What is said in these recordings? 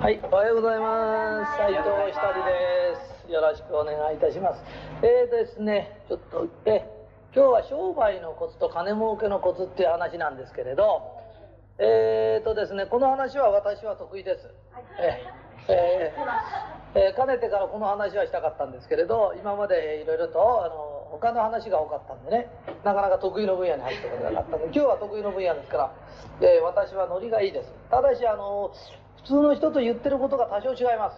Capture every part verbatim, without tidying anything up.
はい、おはようございます。斉藤ひとりです。よろしくお願いいたします。えーですね、ちょっとえ今日は商売のコツと金儲けのコツっていう話なんですけれど、えーとですね、この話は私は得意です。ええーえー、かねてからこの話はしたかったんですけれど、今までいろいろとあの他の話が多かったんでね、なかなか得意の分野に入ってことがなかったんで、今日は得意の分野ですから、えー、私はノリがいいです。ただしあの普通の人と言ってることが多少違います。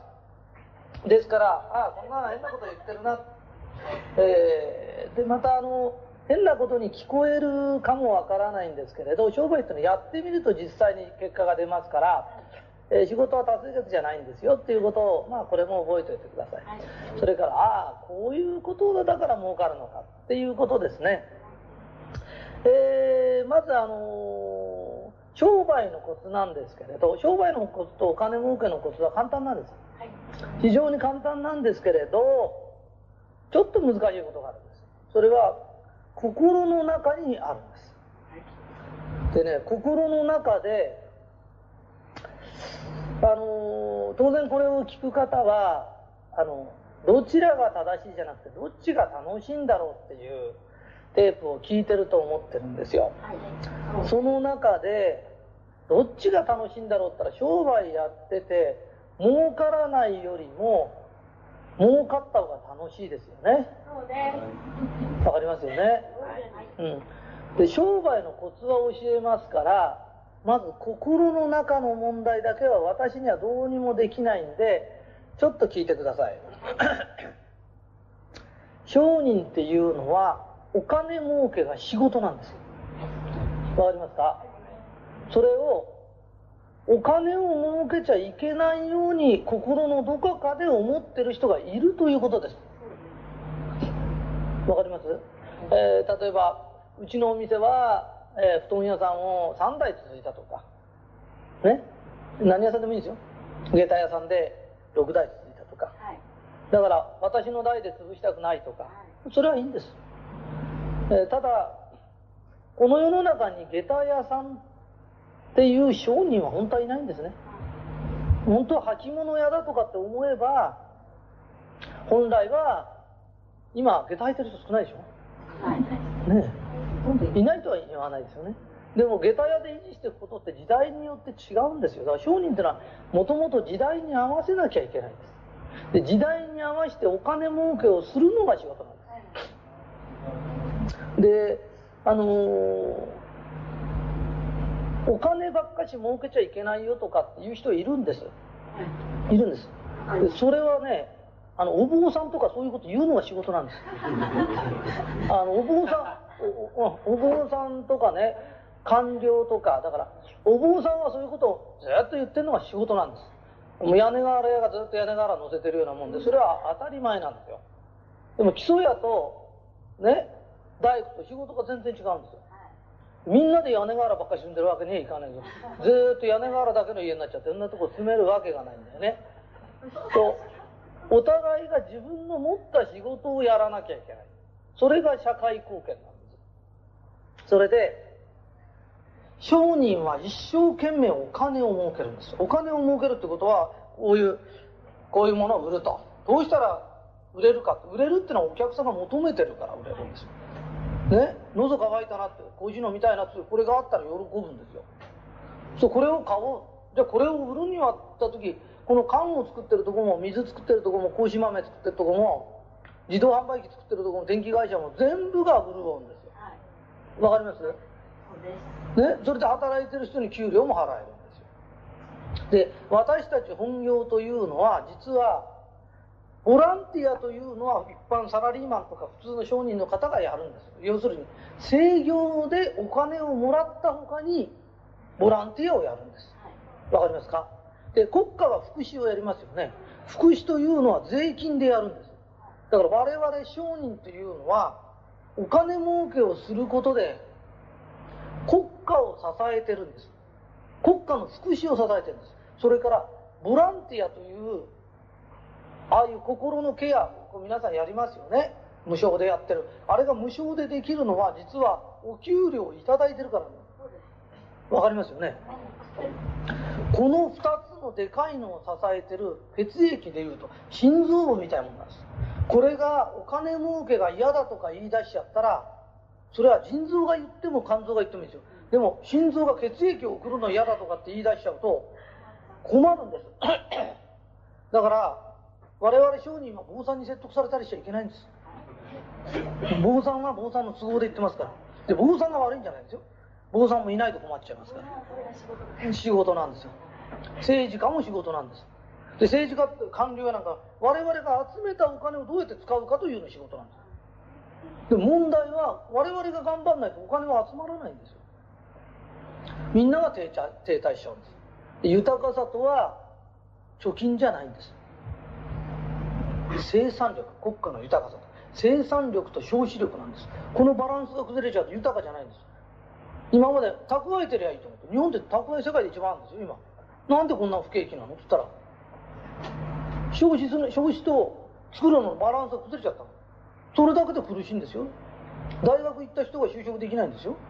ですから、ああこんな変なこと言ってるな、えー、でまたあの変なことに聞こえるかもわからないんですけれど、商売っていうのはやってみると実際に結果が出ますから、えー、仕事は達成じゃないんですよっていうことを、まあこれも覚えておいてください。それから、ああこういうことだから儲かるのかっていうことですね。えー、まずあのー、商売のコツなんですけれど、商売のコツとお金儲けのコツは簡単なんです。非常に簡単なんですけれど、ちょっと難しいことがあるんです。それは心の中にあるんです。でね、心の中であの当然これを聞く方はあのどちらが正しいじゃなくてどっちが楽しいんだろうっていうテープを聞いてると思ってるんですよ。その中でどっちが楽しいんだろうって言ったら、商売やってて儲からないよりも儲かった方が楽しいですよね。わかりますよね。うん。で商売のコツは教えますから、まず心の中の問題だけは私にはどうにもできないんで、ちょっと聞いてください。商人っていうのはお金儲けが仕事なんです。わかりますか？それをお金を儲けちゃいけないように心のどこかで思ってる人がいるということです。わかります？えー、例えばうちのお店は、えー、布団屋さんをさんだい続いたとかね、何屋さんでもいいんですよ。下駄屋さんでろくだい続いたとか、はい、だから私の代で潰したくないとか、はい、それはいいんです。えー、ただこの世の中に下駄屋さんっていう商人は本当はいないんですね。本当は履物屋だとかって思えば、本来は今下駄履いてる人少ないでしょ、はい、ねえ、いないとは言わないですよね。でも下駄屋で維持していくことって時代によって違うんですよ。だから商人ってのはもともと時代に合わせなきゃいけないんです。で時代に合わせてお金儲けをするのが仕事なんです。であのー、お金ばっかし儲けちゃいけないよとかっていう人いるんです。いるんです。でそれはね、あのお坊さんとかそういうこと言うのが仕事なんです。あのお坊さんお、お坊さんとかね、官僚とか、だからお坊さんはそういうことをずっと言ってるのが仕事なんです。もう屋根瓦屋がずっと屋根瓦乗せてるようなもんで、それは当たり前なんですよ。でも基礎屋とね、大工と仕事が全然違うんですよ。みんなで屋根瓦ばっかり住んでるわけにはいかないんです。ずーっと屋根瓦だけの家になっちゃって、そんなとこ住めるわけがないんだよね。とお互いが自分の持った仕事をやらなきゃいけない。それが社会貢献なんです。それで商人は一生懸命お金を儲けるんです。お金を儲けるってことはこういうこういうものを売ると。どうしたら売れるか。売れるってのはお客さんが求めてるから売れるんですよ。ね、喉乾いたなって、こういうの見たいなって、これがあったら喜ぶんですよ。そう、これを買おう。じゃあこれを売るにはった時、この缶を作ってるとこも、水作ってるとこも、格子豆作ってるとこも、自動販売機作ってるとこも、電気会社も全部が潤うんですよ。わかります？そうです。ね、それで働いてる人に給料も払えるんですよ。で、私たち本業というのは、実はボランティアというのは一般サラリーマンとか普通の商人の方がやるんです。要するに制業でお金をもらった他にボランティアをやるんです。わかりますか？で、国家は福祉をやりますよね。福祉というのは税金でやるんです。だから我々商人というのはお金儲けをすることで国家を支えてるんです。国家の福祉を支えてるんです。それからボランティアというああいう心のケア、皆さんやりますよね。無償でやってる。あれが無償でできるのは、実はお給料をいただいてるからね。わかりますよね。 このふたつのでかいのを支えてる血液でいうと心臓部みたいなものなんです。これがお金儲けが嫌だとか言い出しちゃったら、それは腎臓が言っても肝臓が言ってもいいですよ。でも心臓が血液を送るの嫌だとかって言い出しちゃうと困るんです。だから我々商人は坊さんに説得されたりしちゃいけないんです。坊さんは坊さんの都合で言ってますから。で、坊さんが悪いんじゃないんですよ。坊さんもいないと困っちゃいますから。仕事なんですよ。政治家も仕事なんです。で、政治家って官僚やなんか、我々が集めたお金をどうやって使うかというのが仕事なんです。で、問題は我々が頑張らないとお金は集まらないんですよ。みんなが停滞、停滞しちゃうんです。で、豊かさとは貯金じゃないんです。生産力、国家の豊かさと生産力と消費力なんです。このバランスが崩れちゃうと豊かじゃないんです。今まで蓄えてりゃいいと思って、日本って蓄え世界で一番あるんですよ今。なんでこんな不景気なのって言ったら、消費する消費と作るののバランスが崩れちゃったの。それだけで苦しいんですよ。大学行った人が就職できないんですよ。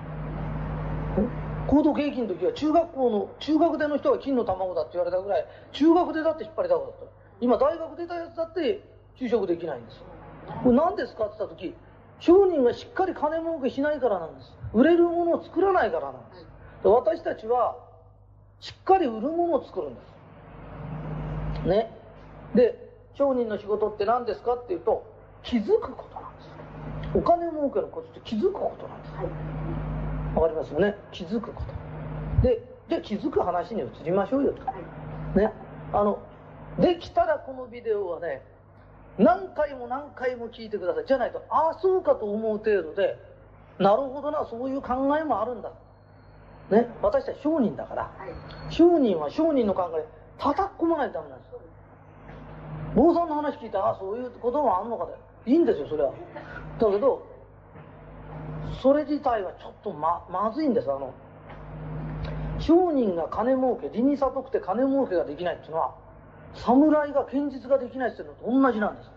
高度景気の時は中学校の中学出の人が金の卵だって言われたぐらい、中学出だって引っ張りだこだった。今大学出たやつだって就職できないんです。これ何ですかって言った時、商人がしっかり金儲けしないからなんです。売れるものを作らないからなんです。で、私たちはしっかり売るものを作るんですね。で、商人の仕事って何ですかっていうと、気づくことなんです。お金儲けのコツって気づくことなんです。わかりますよね。気づくことで、じゃあ気づく話に移りましょうよとね。あのできたらこのビデオはね、何回も何回も聞いてください。じゃないと、ああそうかと思う程度で、なるほどな、そういう考えもあるんだね。私たち商人だから、商人は商人の考え叩き込まないとダメなんですよ。坊さんの話聞いて、ああそういうこともあんのかでいいんですよ、それは。だけどそれ自体はちょっと ま, まずいんです。あの商人が金儲け、利に悟って金儲けができないっていうのは、侍が剣術ができないっていうのと同じなんです。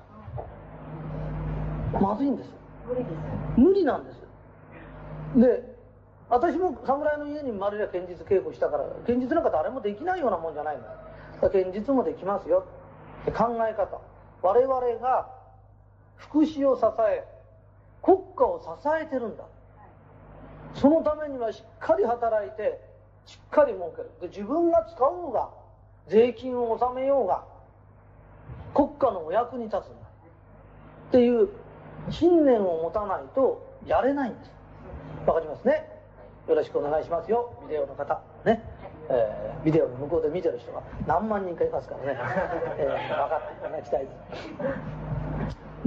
まずいんです。無理です。無理なんです。で、私も侍の家に生まれりゃ剣術稽古したから、剣術なんか誰もできないようなもんじゃないんだ。剣術もできますよって考え方。我々が福祉を支え、国家を支えてるんだ。そのためにはしっかり働いてしっかり儲ける。で、自分が使おうが税金を納めようが国家のお役に立つんだっていう信念を持たないとやれないんです。わかりますね。よろしくお願いしますよ、ビデオの方ね。えー、ビデオの向こうで見てる人が何万人かいますからね、えー、分かっていただきたいです。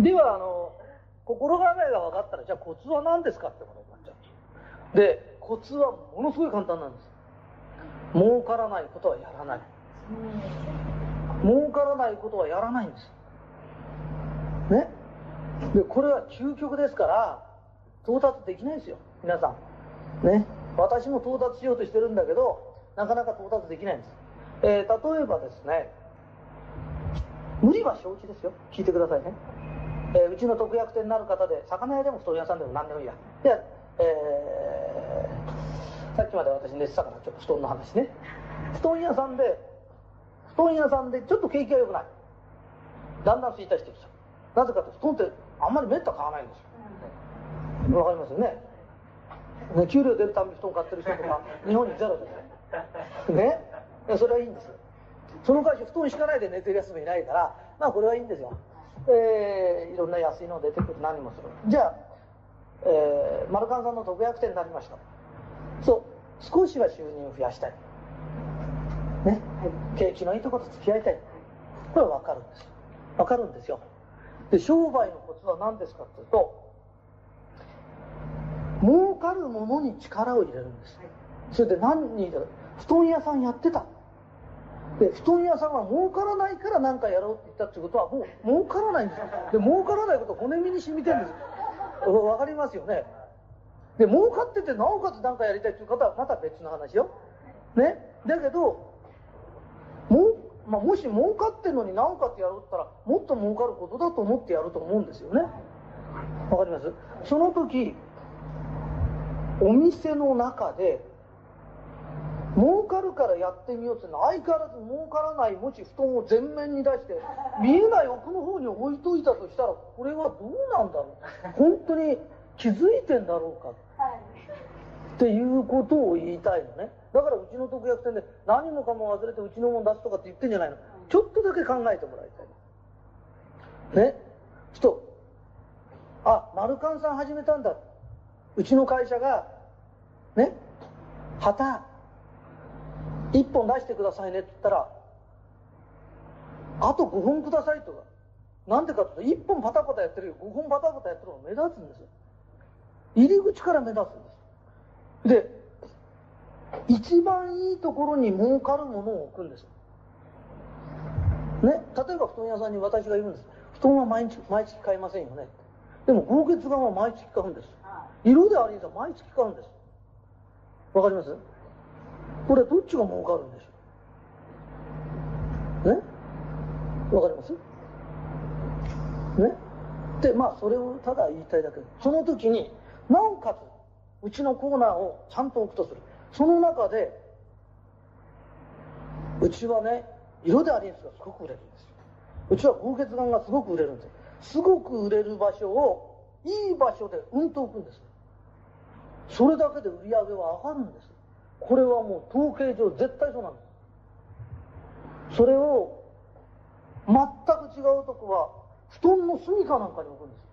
ではあの心構えが分かったら、じゃあコツは何ですかってことになっちゃう。で、コツはものすごい簡単なんです。儲からないことはやらない。儲からないことはやらないんですね。で、これは究極ですから到達できないですよ、皆さんね。私も到達しようとしてるんだけど、なかなか到達できないんです。えー、例えばですね、無理は承知ですよ。聞いてくださいね。えー、うちの特約店になる方で、魚屋でも布団屋さんでも何でもいいや。で、えー、さっきまで私寝てたからちょっと布団の話ね。布団屋さんで布団屋さんでちょっと景気が良くない、だんだん衰退してきちゃう。なぜかというと、布団ってあんまりめった買わないんですよ。わかりますよね。ね、給料出るたびに布団買ってる人とか日本にゼロですね。ね、それはいいんです。その代わり布団敷かないで寝てるやつもいないから、まあこれはいいんですよ。えー、いろんな安いの出てくる、何もする。じゃあ、えー、マルカンさんの特約店になりました。そう、少しは収入を増やしたいね、景気のいいところと付き合いたい。これは分かるんです。分かるんですよ。で、商売のコツは何ですかっていうと、儲かるものに力を入れるんです。それで何に布団屋さんやってた。で、布団屋さんは儲からないから何かやろうって言ったってことは、もう儲からないんですよ。で、儲からないこと骨身に染みてるんですよ。分かりますよね。で、儲かっててなおかつ何かやりたいっていう方はまた別の話よね。だけども, まあ、もし儲かってんのになおかつやろうって言ったら、もっと儲かることだと思ってやると思うんですよね。わかります？その時お店の中で儲かるからやってみようって相変わらず儲からないもし布団を前面に出して見えない奥の方に置いといたとしたら、これはどうなんだろう、本当に気づいてんだろうかっていうことを言いたいのね。だからうちの特約店で何もかも忘れてうちのもん出すとかって言ってんじゃないの。ちょっとだけ考えてもらいたいね。ふと、あ、丸カンさん始めたんだ、うちの会社がね、旗一本出してくださいねって言ったら、あとごほんくださいとか、なんでかって言うといっぽんパタパタやってるよ、ごほんパタパタやってるのが目立つんですよ。入り口から目立つんです。で、一番いいところに儲かるものを置くんです。ね、例えば布団屋さんに私が言うんです。布団は毎日毎月買いませんよね。でも豪傑眼は毎月買うんです。色でありんさ毎月買うんです。わかります？これどっちが儲かるんでしょうね。わかります？ね。で、まあそれをただ言いたいだけで、その時になおかつうちのコーナーをちゃんと置くとする。その中でうちはね、色でありんすがすごく売れるんですよ。うちは豪傑眼がすごく売れるんです。すごく売れる場所をいい場所でうんと置くんです。それだけで売り上げは上がるんです。これはもう統計上絶対そうなんです。それを全く違うとこは布団の隅かなんかに置くんです。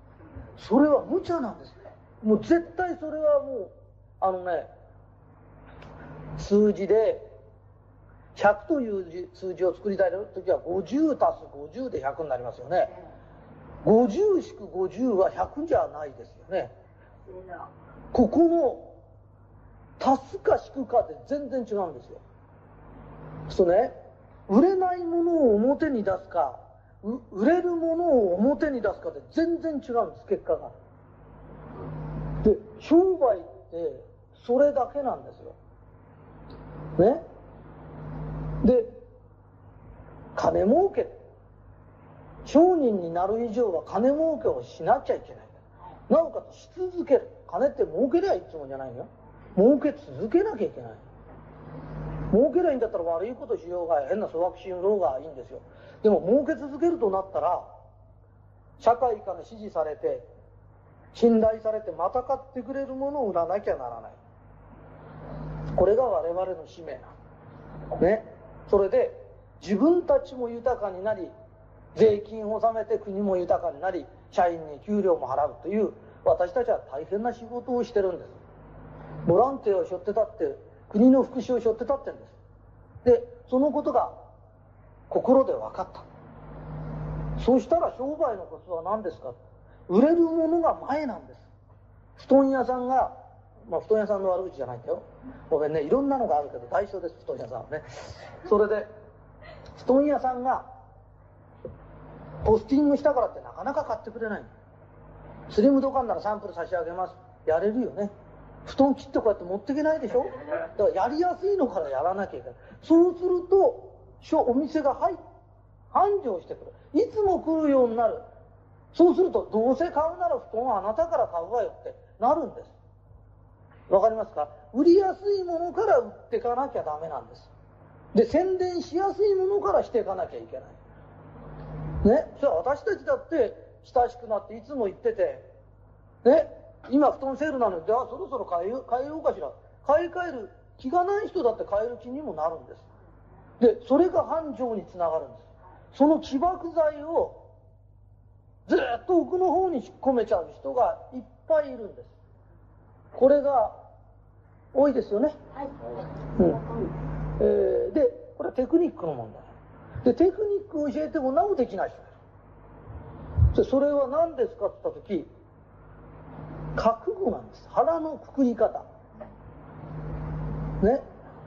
それは無茶なんです。もう絶対それはもうあのね、数字でひゃくという数字を作りたいときはごじゅうたすごじゅうでひゃくになりますよね。ごじゅう引くごじゅうはひゃくじゃないですよね。ここの足すか引くかで全然違うんですよ。そうね、売れないものを表に出すか売れるものを表に出すかで全然違うんです、結果が。で、商売ってそれだけなんですよね。で、金儲け、商人になる以上は金儲けをしなきゃいけない。なおかつし続ける。金って儲けりゃいいってもんじゃないのよ。儲け続けなきゃいけない。儲けりゃいいんだったら悪いことしようが変な粗悪しようがいいんですよ。でも儲け続けるとなったら社会から支持されて信頼されてまた買ってくれるものを売らなきゃならない。これが我々の使命なのね。それで自分たちも豊かになり税金を納めて国も豊かになり社員に給料も払うという私たちは大変な仕事をしてるんです。ボランティアを背負ってたって国の福祉を背負ってたってんです。で、そのことが心で分かった。そうしたら商売のコツは何ですか。売れるものが前なんです。布団屋さんが、まあ布団屋さんの悪口じゃないんだよ、ごめんね、いろんなのがあるけど対象です、布団屋さんはね。それで布団屋さんがポスティングしたからってなかなか買ってくれない。スリムドカンならサンプル差し上げます、やれるよね。布団切ってこうやって持っていけないでしょ。だからやりやすいのからやらなきゃいけない。そうするとお店が入繁盛してくる。いつも来るようになる。そうするとどうせ買うなら布団はあなたから買うわよってなるんです。わかりますか。売りやすいものから売っていかなきゃダメなんです。で、宣伝しやすいものからしていかなきゃいけないね。それは私たちだって親しくなっていつも言っててね、今布団セールなので、あ、そろそろ買えよう、買えようかしら。買い替える気がない人だって買える気にもなるんです。で、それが繁盛につながるんです。その起爆剤をずっと奥の方に引っ込めちゃう人がいっぱいいるんです。これが多いですよね。はい。うん。えー、で、これはテクニックの問題。で、テクニックを教えてもなおできない人がいる。で、それは何ですかって言ったとき、覚悟なんです。腹のくくり方。ね。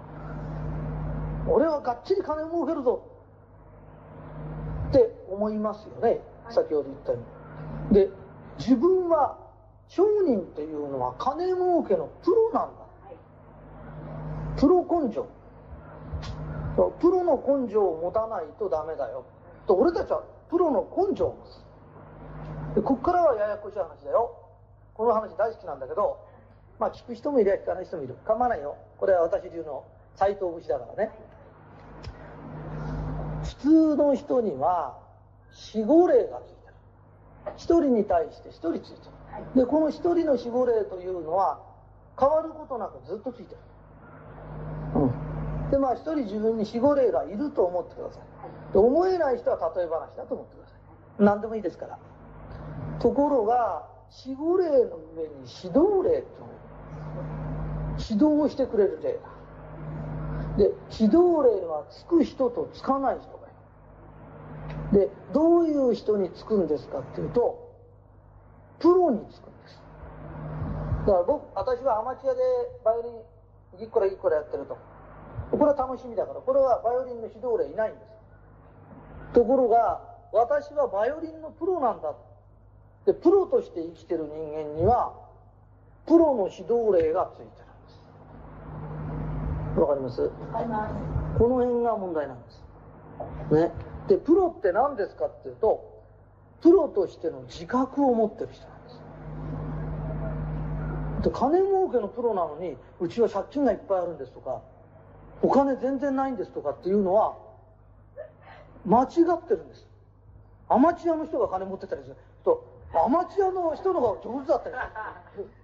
俺はがっちり金儲けるぞって思いますよね。先ほど言ったように。で、自分は商人っていうのは金儲けのプロなんだ。プロ根性。プロの根性を持たないとダメだよ。と俺たちはプロの根性を持つ。で、こっからはややこしい話だよ。この話大好きなんだけど、まあ聞く人もいりゃ聞かない人もいる。構わないよ。これは私流の斎藤節だからね。普通の人には守護霊がついてる。一人に対して一人ついてる。でこの一人の守護霊というのは変わることなくずっとついてる。うん、でまあ一人自分に守護霊がいると思ってください。で思えない人は例え話だと思ってください。何でもいいですから。ところが守護霊の上に指導霊という指導をしてくれる霊が。で指導霊はつく人とつかない人がいる。でどういう人につくんですかっていうと、プロにつくんです。だから僕私はアマチュアでバイオリンぎっこらぎっこらやってると、これは楽しみだから、これはバイオリンの指導霊いないんです。ところが私はバイオリンのプロなんだ。でプロとして生きてる人間にはプロの指導霊がついてるんです。わかります？わかります。この辺が問題なんですね。でプロって何ですかっていうと、プロとしての自覚を持ってる人なんです。で金儲けのプロなのに、うちは借金がいっぱいあるんですとか、お金全然ないんですとかっていうのは間違ってるんです。アマチュアの人が金持ってたりすると、アマチュアの人の方が上手だったりする。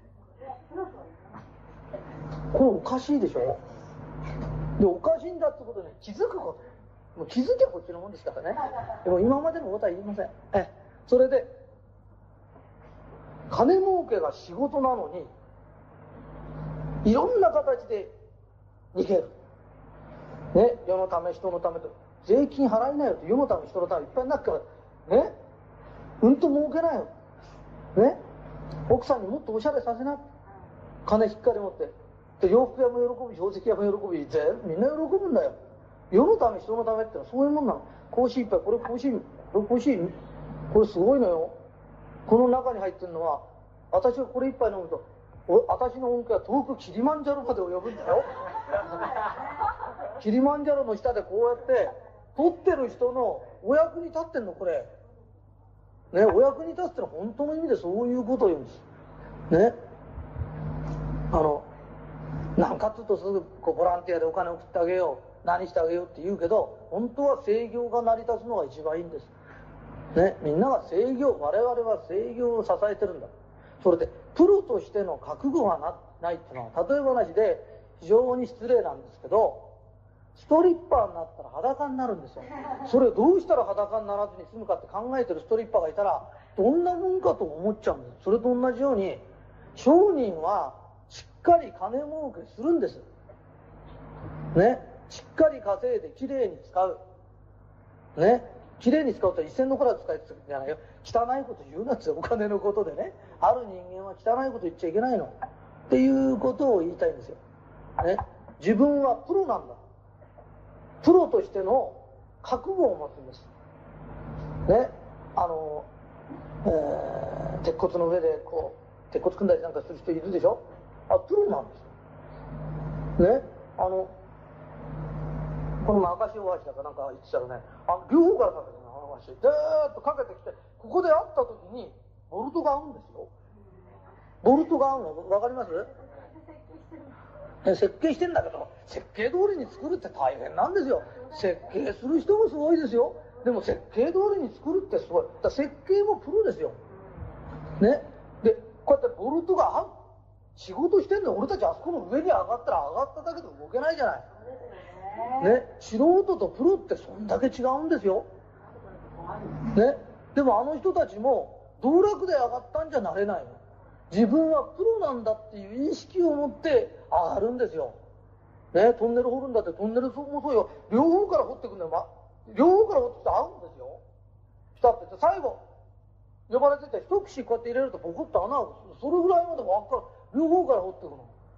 これおかしいでしょ。でおかしいんだってことに気づくこと、もう気づけばこっちのもんですからね。でも今までのことは言いません。えそれで金儲けが仕事なのにいろんな形で逃げる、ね、世のため人のためと、税金払いなよと、世のため人のためいっぱいになるからね、うんと儲けなよ、ね、奥さんにもっとおしゃれさせな、金しっかり持ってで洋服屋も喜ぶし宝石屋も喜ぶし、全みんな喜ぶんだよ。世のため人のためってのはそういうもんなの。コーヒー一杯、これコーヒーこれコーヒーこれすごいのよ。この中に入ってるのは、私がこれ一杯飲むと私の恩恵は遠くキリマンジャロまで及ぶんだよ。キリマンジャロの下でこうやって取ってる人のお役に立ってんの、これね。お役に立つってのは本当の意味でそういうことを言うんですね。あのなんかっていうとすぐこうボランティアでお金送ってあげよう、何してあげようって言うけど、本当は制御が成り立つのが一番いいんですね。みんなが制御、我々は制御を支えてるんだ。それでプロとしての覚悟が な, ないっていうのは、例え話で非常に失礼なんですけど、ストリッパーになったら裸になるんですよ。それをどうしたら裸にならずに済むかって考えてるストリッパーがいたら、どんなもんかと思っちゃうんです。それと同じように商人はしっかり金儲けするんですね。しっかり稼いできれいに使うね。きれいに使うと一銭の子ら使いつくんじゃないよ。汚いこと言うなって、お金のことでね。ある人間は汚いこと言っちゃいけないのっていうことを言いたいんですよ、ね。自分はプロなんだ。プロとしての覚悟を持つんですね。あの、えー、鉄骨の上でこう鉄骨組んだりなんかする人いるでしょ。あ、プロなんですよね。あのこの赤潮大橋だかなんか言ってたらね、あの両方からかけてね、あの橋ずーっとかけてきて、ここで会った時にボルトが合うんですよ。ボルトが合うの分かります？設計してんだけど、設計通りに作るって大変なんですよ。設計する人もすごいですよ。でも設計通りに作るってすごい。だ設計もプロですよね。でこうやってボルトが合う仕事してんの。俺たちあそこの上に上がったら上がっただけで動けないじゃないね。素人とプロってそんだけ違うんですよね。でもあの人たちも道楽で上がったんじゃなれないの。自分はプロなんだっていう意識を持って上がるんですよね。トンネル掘るんだって、トンネルもそうよ。両方から掘ってくんだよ、ま、両方から掘ってきて合うんですよ。したって最後呼ばれてて一口こうやって入れるとボコッと穴を、それぐらいまで輪っか両方から掘って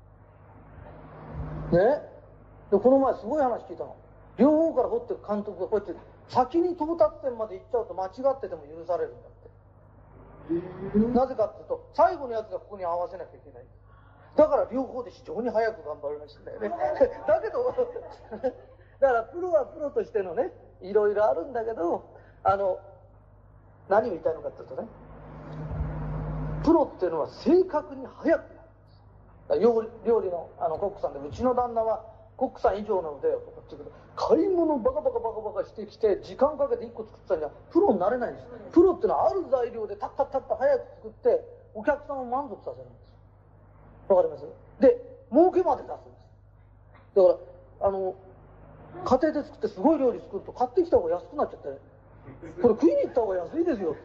くのね。でこの前すごい話聞いたの。両方から掘ってる監督がこうやって先に到達点まで行っちゃうと間違ってても許されるんだって。なぜかっていうと最後のやつがここに合わせなきゃいけない。だから両方で非常に早く頑張りましたんだよね。だけどだからプロはプロとしてのね、いろいろあるんだけど、あの何を言いたいのかっていうとね、プロっていうのは正確に早くやるんです。料理、料理のあのコックさんで、うちの旦那はコックさん以上なのでとかって言うけど、買い物バカバカバカバカしてきて時間かけていっこ作ったんじゃプロになれないんです。プロってのはある材料でタッタッタッタ早く作ってお客さんを満足させるんです。わかります？で儲けまで出すんです。だからあの家庭で作ってすごい料理作ると買ってきた方が安くなっちゃってね、これ食いに行った方が安いですよ。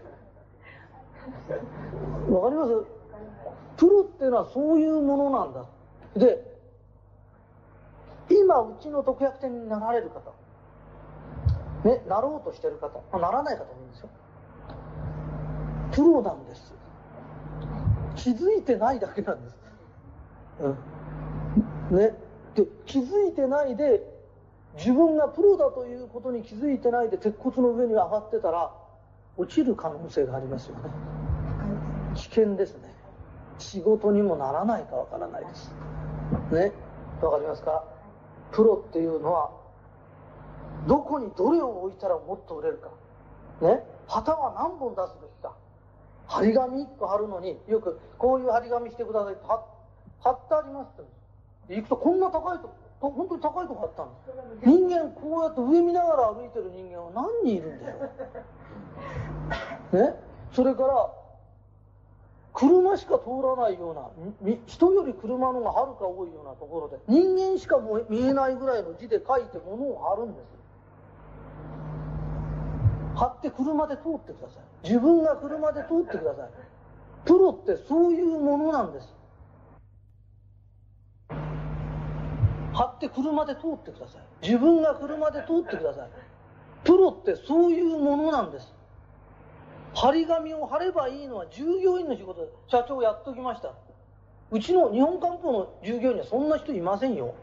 わかります？プロっていうのはそういうものなんだ。で今うちの特約店になられる方ね、なろうとしてる方、まあ、ならない方もいるんですよ。プロなんです。気づいてないだけなんです。うん、ね、で気づいてないで自分がプロだということに気づいてないで鉄骨の上に上がってたら落ちる可能性がありますよね。危険ですね。仕事にもならないかわからないですね。わかりますか？プロっていうのはどこにどれを置いたらもっと売れるかね。旗は何本出すべきか。張り紙いっこ貼るのによくこういう張り紙してくださいって貼ってありますって行くとこんな高いとこ本当に高いとこあったんです。人間こうやって上見ながら歩いてる人間は何人いるんでしょうね。それから車しか通らないような人より車のがはるか多いようなところで人間しかも見えないぐらいの字で書いて物を貼るんです。貼って車で通ってください。自分が車で通ってください。プロってそういうものなんです。貼って車で通ってください。自分が車で通ってください。プロってそういうものなんです。張り紙を貼ればいいのは従業員の仕事で、社長やっときました。うちの日本官報の従業員にはそんな人いませんよ。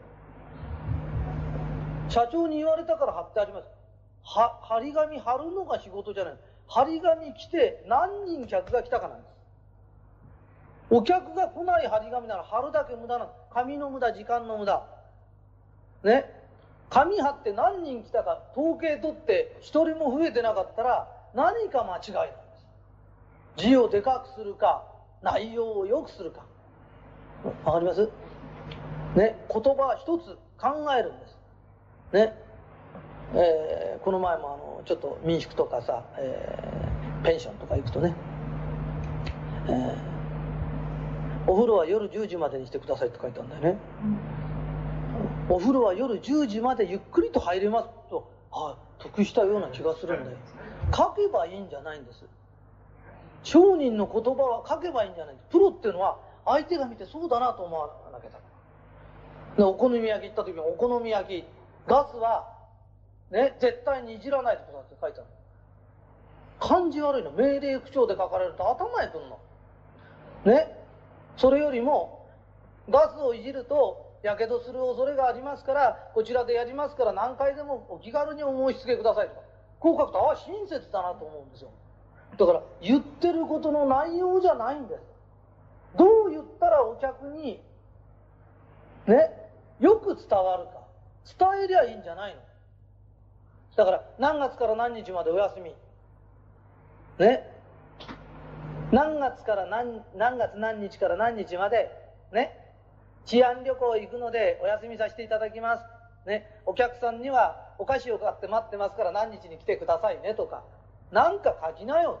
社長に言われたから貼ってあります。は張り紙貼るのが仕事じゃない。張り紙来て何人客が来たかなんです。お客が来ない張り紙なら貼るだけ無駄なんです。紙の無駄、時間の無駄ね。紙貼って何人来たか統計取って一人も増えてなかったら何か間違いなんです。字をでかくするか内容を良くするか。わかります？ね、言葉一つ考えるんですね。えー、この前もあのちょっと民宿とかさ、えー、ペンションとか行くとね、えー、お風呂は夜じゅうじまでにしてくださいって書いてあるんだよね。お風呂は夜じゅうじまでゆっくりと入れますと、ああ得したような気がするんだよ。書けばいいんじゃないんです。商人の言葉は書けばいいんじゃないんです。プロっていうのは相手が見てそうだなと思わなきゃダメ。お好み焼き行った時にお好み焼きガスはね絶対にいじらないでくださいって書いてある。感じ悪いの。命令口調で書かれると頭へくるのね。それよりもガスをいじるとやけどする恐れがありますからこちらでやりますから何回でもお気軽にお申し付けくださいとかこう書くとああ親切だなと思うんですよ。だから言ってることの内容じゃないんです。どう言ったらお客にねよく伝わるか伝えりゃいいんじゃないの。だから何月から何日までお休みね、何月から何何月何日から何日までね治安旅行行くのでお休みさせていただきますね、お客さんにはお菓子を買って待ってますから何日に来てくださいねとかなんか書きなよ。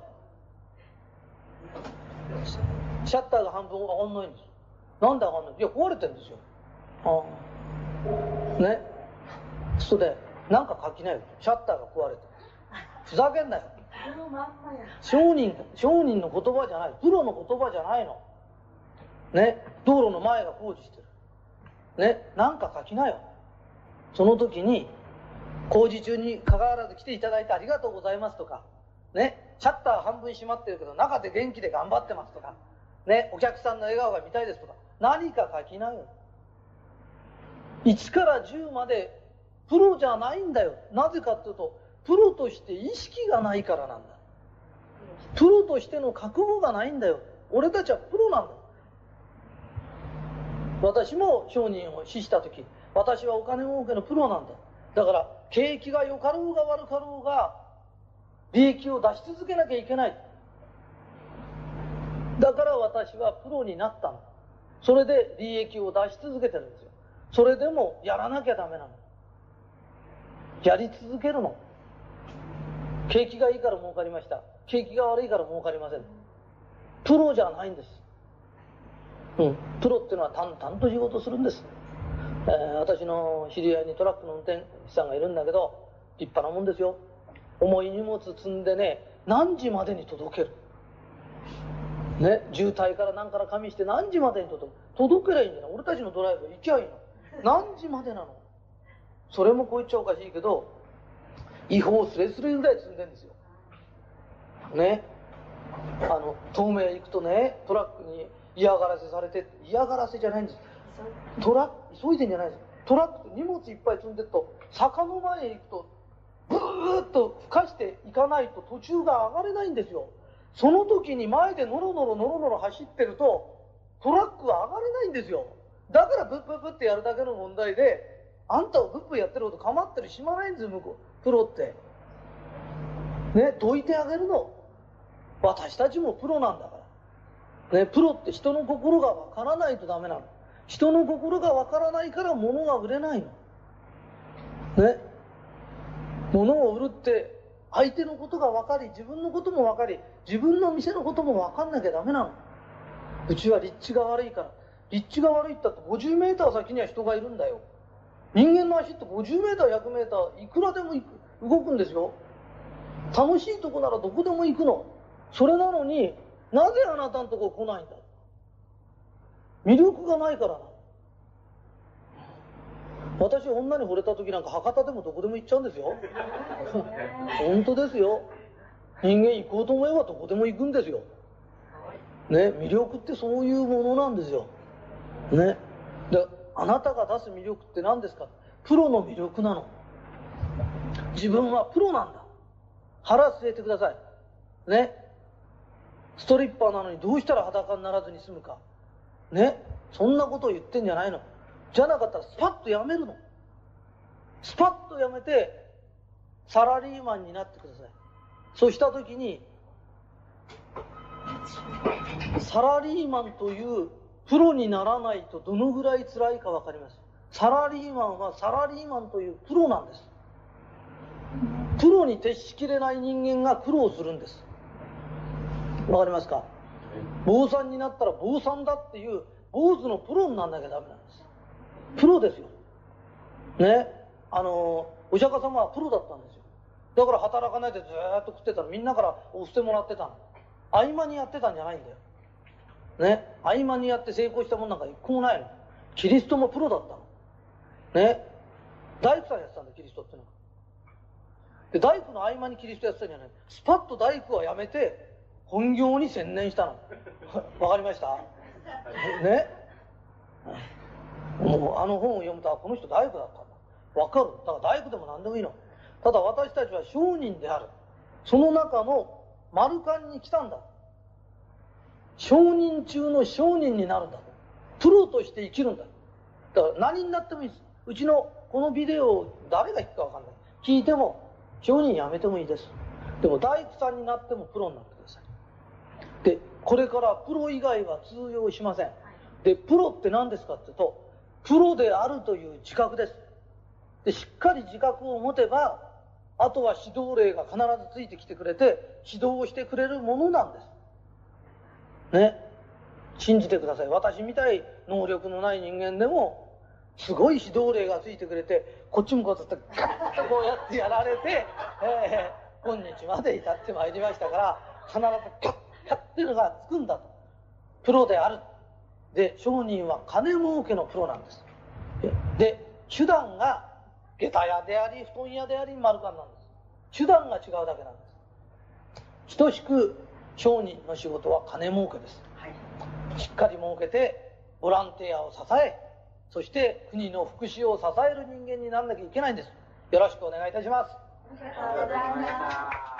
シャッターが半分上がんないんです。なんで上がんない？いや壊れてるんですよ。ああね、それでなんか書きなよ。シャッターが壊れてる。ふざけんなよ。商人商人の言葉じゃない。プロの言葉じゃないのね。道路の前が工事してるね、なんか書きなよ。その時に工事中に関わらず来ていただいてありがとうございますとかね、シャッター半分閉まってるけど中で元気で頑張ってますとかね、お客さんの笑顔が見たいですとか何か書きなよ。いちからじゅうまでプロじゃないんだよ。なぜかっていうとプロとして意識がないからなんだ。プロとしての覚悟がないんだよ。俺たちはプロなんだ。私も商人を死した時私はお金儲けのプロなんだ。だから景気が良かろうが悪かろうが利益を出し続けなきゃいけない。だから私はプロになったの。それで利益を出し続けてるんですよ。 それでもやらなきゃダメなの。やり続けるの。景気がいいから儲かりました。景気が悪いから儲かりません。プロじゃないんです。うん。プロっていうのは淡々と仕事するんです。えー、私の知り合いにトラックの運転手さんがいるんだけど、立派なもんですよ。重い荷物積んでね、何時までに届ける。ね、渋滞から何から加味して何時までに届く。届けりゃいいんじゃない。俺たちのドライブ行きゃいいの。何時までなの。それもこう言っちゃおかしいけど、違法スレスレぐらい積んでんですよ。ね。あの、東名行くとね、トラックに嫌がらせされて、嫌がらせじゃないんです。トラック、急いでんじゃないです。トラックって荷物いっぱい積んでると、坂の前へ行くと、ブーッと吹かしていかないと途中が上がれないんですよ。その時に前でノロノロノロノロ走ってると、トラックは上がれないんですよ。だからブッブッブってやるだけの問題で、あんたをブッブやってるほど構ってる暇ないんですよ、向こう。プロって。ね、どいてあげるの。私たちもプロなんだから。ね、プロって人の心がわからないとダメなの。人の心がわからないから物が売れないの。ね。物を売るって、相手のことが分かり、自分のことも分かり、自分の店のことも分かんなきゃダメなの。うちは立地が悪いから。立地が悪いって言ったってごじゅうメーター先には人がいるんだよ。人間の足ってごじゅうメーター、ひゃくメーター、いくらでも行く、動くんですよ。楽しいとこならどこでも行くの。それなのに、なぜあなたのとこ来ないんだ。魅力がないからな。私女に惚れた時なんか博多でもどこでも行っちゃうんですよ。本当ですよ。人間行こうと思えばどこでも行くんですよ。ね、魅力ってそういうものなんですよ。ね。で、あなたが出す魅力って何ですか。プロの魅力なの。自分はプロなんだ。腹据えてください。ね。ストリッパーなのにどうしたら裸にならずに済むか。ね。そんなことを言ってんじゃないの。じゃなかったらスパッとやめるの。スパッとやめて、サラリーマンになってください。そうしたときに、サラリーマンというプロにならないとどのぐらい辛いかわかります。サラリーマンはサラリーマンというプロなんです。プロに徹しきれない人間が苦労するんです。わかりますか。坊さんになったら坊さんだっていう坊主のプロにならなきゃダメなんです。プロですよ。ね。あの、お釈迦様はプロだったんですよ。だから働かないでずーっと食ってたの。みんなからお捨てもらってたの。合間にやってたんじゃないんだよ。ね。合間にやって成功したもんなんか一個もないの。キリストもプロだったの。ね。大工さんやってたんだよ、キリストってのは。で、大工の合間にキリストやってたんじゃない。スパッと大工はやめて、本業に専念したの。わかりました？ね。もうあの本を読むと、この人大工だったんだ。わかる。だから大工でも何でもいいの。ただ私たちは商人である。その中の丸観に来たんだ。商人中の商人になるんだ。プロとして生きるんだ。だから何になってもいいです。うちのこのビデオを誰が聞くかわかんない。聞いても商人やめてもいいです。でも大工さんになってもプロになってください。で、これからプロ以外は通用しません。で、プロって何ですかって言うと、プロであるという自覚です。で、しっかり自覚を持てば、あとは指導例が必ずついてきてくれて、指導をしてくれるものなんです。ね。信じてください。私みたい能力のない人間でも、すごい指導例がついてくれて、こっちもこうやってガッとこうやってやられて、えー、今日まで至ってまいりましたから、必ずガッガッっていうのがつくんだと。プロである。で、商人は金儲けのプロなんです。で、手段が下駄屋であり、布団屋であり、丸観なんです。手段が違うだけなんです。等しく商人の仕事は金儲けです。はい、しっかり儲けて、ボランティアを支え、そして国の福祉を支える人間にならなきゃいけないんです。よろしくお願いいたします。ありがとうございます。